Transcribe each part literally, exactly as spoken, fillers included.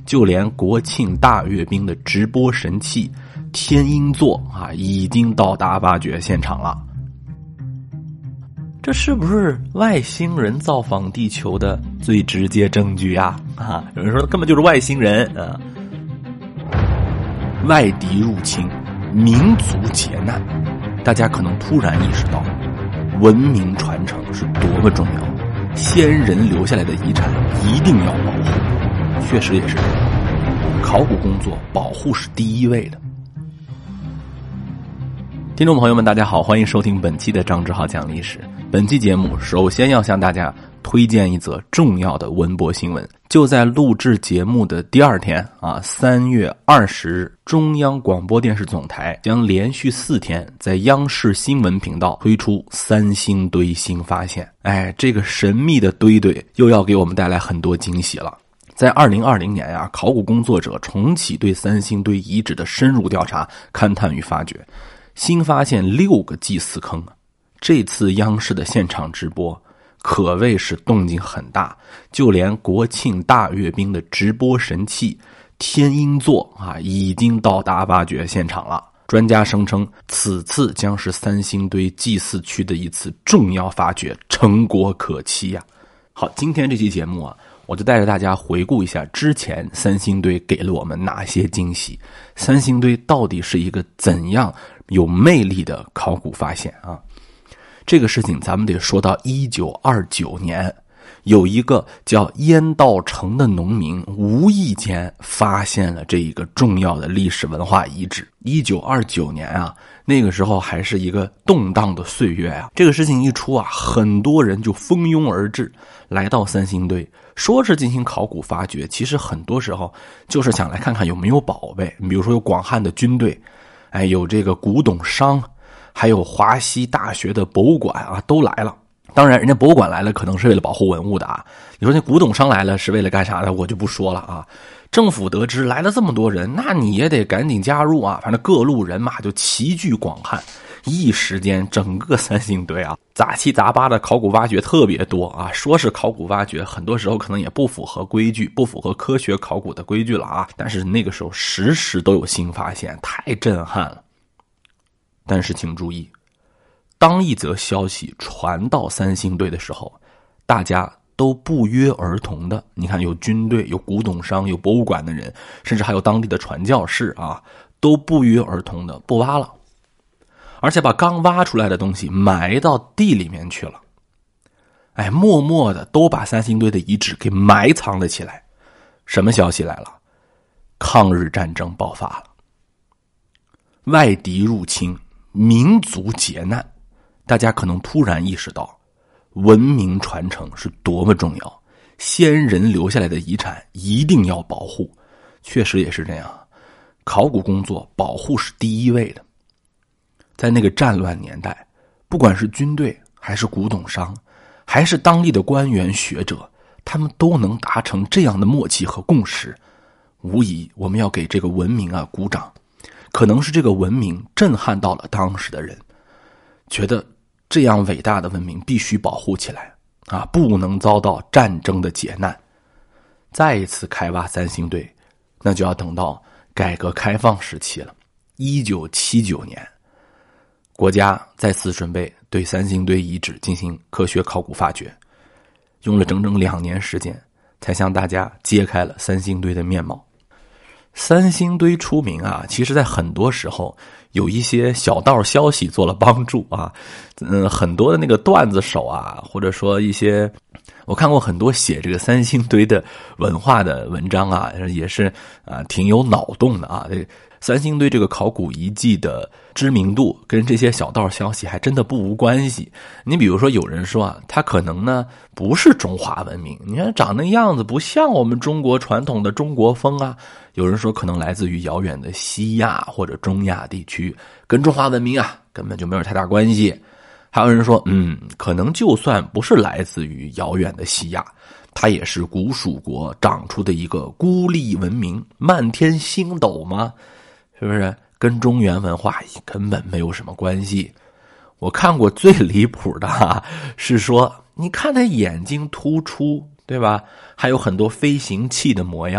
就连国庆大阅兵的直播神器天鹰座啊，已经到达挖掘现场了。这是不是外星人造访地球的最直接证据啊？啊，有人说根本就是外星人啊！外敌入侵，民族劫难，大家可能突然意识到，文明传承是多么重要，先人留下来的遗产一定要保护。确实也是这样，考古工作保护是第一位的。听众朋友们大家好，欢迎收听本期的张志浩讲历史。本期节目首先要向大家推荐一则重要的文博新闻。就在录制节目的第二天啊，三月二十日，中央广播电视总台将连续四天在央视新闻频道推出三星堆新发现。哎，这个神秘的堆堆又要给我们带来很多惊喜了。在二零二零年啊，考古工作者重启对三星堆遗址的深入调查、勘探与发掘，新发现六个祭祀坑。这次央视的现场直播可谓是动静很大，就连国庆大阅兵的直播神器天鹰座啊，已经到达挖掘现场了。专家声称，此次将是三星堆祭祀区的一次重要发掘，成果可期呀、啊。好，今天这期节目啊，我就带着大家回顾一下之前三星堆给了我们哪些惊喜，三星堆到底是一个怎样有魅力的考古发现啊。这个事情咱们得说到一九二九年，有一个叫燕道成的农民无意间发现了这一个重要的历史文化遗址。一九二九年啊，那个时候还是一个动荡的岁月啊。这个事情一出啊，很多人就蜂拥而至，来到三星堆，说是进行考古发掘，其实很多时候就是想来看看有没有宝贝。比如说有广汉的军队，哎，有这个古董商，还有华西大学的博物馆啊，都来了。当然人家博物馆来了可能是为了保护文物的啊，你说那古董商来了是为了干啥的，我就不说了啊。政府得知来了这么多人，那你也得赶紧加入啊，反正各路人马就齐聚广汉，一时间整个三星堆啊，杂七杂八的考古挖掘特别多啊。说是考古挖掘，很多时候可能也不符合规矩，不符合科学考古的规矩了啊。但是那个时候时时都有新发现，太震撼了。但是请注意，当一则消息传到三星堆的时候，大家都不约而同的，你看有军队，有古董商，有博物馆的人，甚至还有当地的传教士啊，都不约而同的不挖了，而且把刚挖出来的东西埋到地里面去了。哎，默默的都把三星堆的遗址给埋藏了起来。什么消息来了？抗日战争爆发了，外敌入侵，民族劫难，大家可能突然意识到，文明传承是多么重要，先人留下来的遗产一定要保护。确实也是这样，考古工作保护是第一位的。在那个战乱年代，不管是军队还是古董商，还是当地的官员学者，他们都能达成这样的默契和共识，无疑我们要给这个文明啊鼓掌。可能是这个文明震撼到了当时的人，觉得这样伟大的文明必须保护起来啊，不能遭到战争的劫难。再一次开挖三星堆，那就要等到改革开放时期了。一九七九年，国家再次准备对三星堆遗址进行科学考古发掘，用了整整两年时间，才向大家揭开了三星堆的面貌。三星堆出名啊，其实在很多时候有一些小道消息做了帮助啊，嗯，很多的那个段子手啊，或者说一些，我看过很多写这个三星堆的文化的文章啊，也是啊挺有脑洞的啊。这三星堆这个考古遗迹的知名度跟这些小道消息还真的不无关系。你比如说有人说啊，它可能呢不是中华文明，你看长那样子不像我们中国传统的中国风啊。有人说可能来自于遥远的西亚或者中亚地区，跟中华文明啊根本就没有太大关系。还有人说嗯，可能就算不是来自于遥远的西亚，它也是古蜀国长出的一个孤立文明，漫天星斗吗？是不是跟中原文化根本没有什么关系？我看过最离谱的啊，是说你看他眼睛突出，对吧？还有很多飞行器的模样，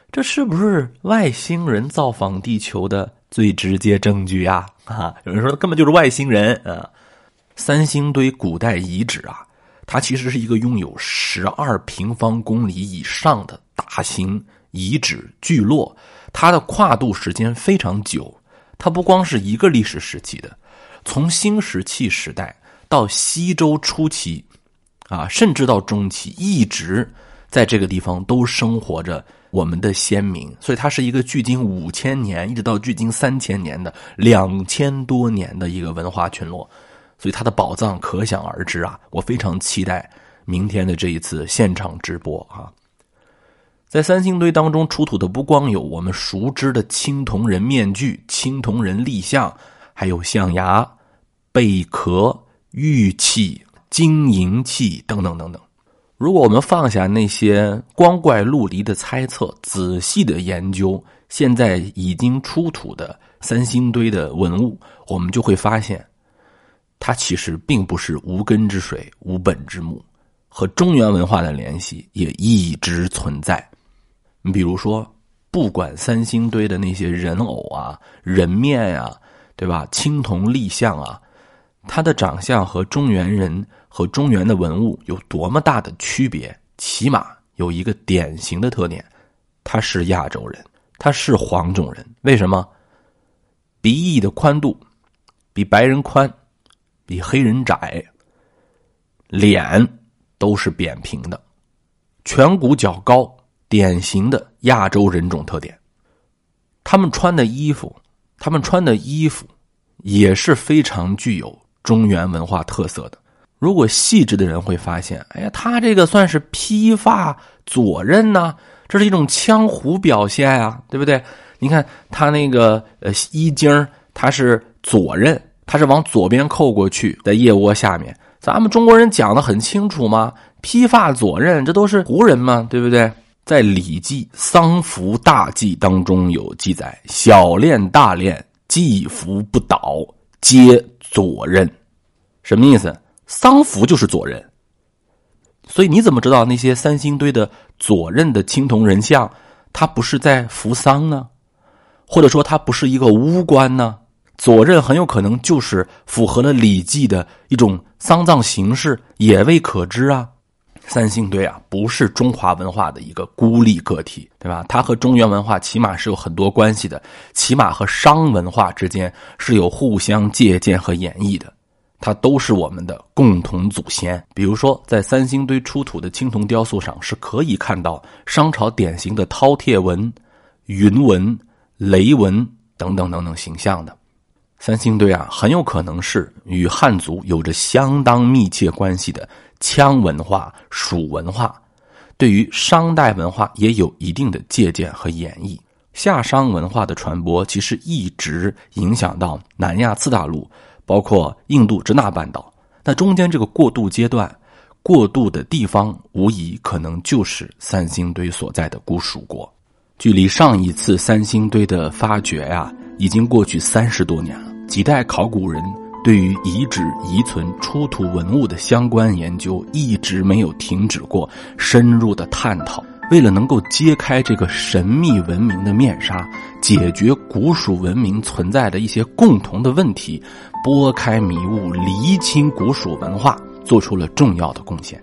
这是不是外星人造访地球的最直接证据啊？啊，有人说根本就是外星人啊！三星堆古代遗址啊，它其实是一个拥有十二平方公里以上的大型遗址聚落，它的跨度时间非常久，它不光是一个历史时期的，从新石器时代到西周初期啊，甚至到中期，一直在这个地方都生活着我们的先民，所以它是一个距今五千年一直到距今三千年的两千多年的一个文化群落，所以它的宝藏可想而知啊！我非常期待明天的这一次现场直播啊！在三星堆当中出土的不光有我们熟知的青铜人面具、青铜人立像，还有象牙、贝壳、玉器、金银器等等等等。如果我们放下那些光怪陆离的猜测，仔细的研究现在已经出土的三星堆的文物，我们就会发现它其实并不是无根之水无本之木，和中原文化的联系也一直存在。你比如说，不管三星堆的那些人偶啊、人面啊，对吧？青铜立像啊，它的长相和中原人和中原的文物有多么大的区别，起码有一个典型的特点，它是亚洲人，它是黄种人。为什么？鼻翼的宽度比白人宽，比黑人窄，脸都是扁平的，颧骨较高，典型的亚洲人种特点。他们穿的衣服，他们穿的衣服也是非常具有中原文化特色的。如果细致的人会发现，哎呀，他这个算是披发左衽呢，这是一种羌胡表现啊，对不对？你看他那个呃衣襟，他是左衽，他是往左边扣过去，在腋窝下面。咱们中国人讲得很清楚吗？披发左衽，这都是胡人嘛，对不对？在《礼记·丧服大祭》当中有记载，小练大练，祭服不倒，皆左衽。什么意思？丧服就是左衽。所以你怎么知道那些三星堆的左衽的青铜人像，他不是在服丧呢？或者说他不是一个巫官呢？左衽很有可能就是符合了《礼记》的一种丧葬形式，也未可知啊。三星堆啊，不是中华文化的一个孤立个体，对吧？它和中原文化起码是有很多关系的，起码和商文化之间是有互相借鉴和演绎的，它都是我们的共同祖先。比如说，在三星堆出土的青铜雕塑上，是可以看到商朝典型的饕餮纹、云纹、雷纹等等等等形象的。三星堆啊，很有可能是与汉族有着相当密切关系的羌文化、蜀文化，对于商代文化也有一定的借鉴和演绎。夏商文化的传播其实一直影响到南亚次大陆，包括印度支那半岛。那中间这个过渡阶段，过渡的地方无疑可能就是三星堆所在的古蜀国。距离上一次三星堆的发掘呀、啊，已经过去三十多年了。几代考古人对于遗址遗存出土文物的相关研究一直没有停止过深入的探讨。为了能够揭开这个神秘文明的面纱，解决古蜀文明存在的一些共同的问题，拨开迷雾，厘清古蜀文化，做出了重要的贡献。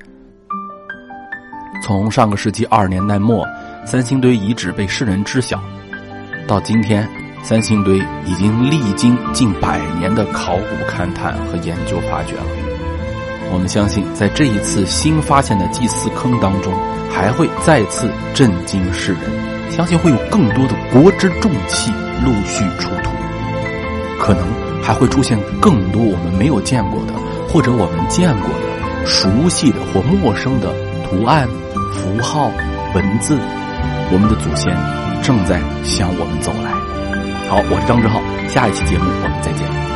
从上个世纪二十年代末，三星堆遗址被世人知晓，到今天，三星堆已经历经近百年的考古勘探和研究发掘了。我们相信，在这一次新发现的祭祀坑当中，还会再次震惊世人。相信会有更多的国之重器陆续出土，可能还会出现更多我们没有见过的，或者我们见过的、熟悉的或陌生的图案、符号、文字。我们的祖先正在向我们走来。好，我是张志浩，下一期节目我们再见。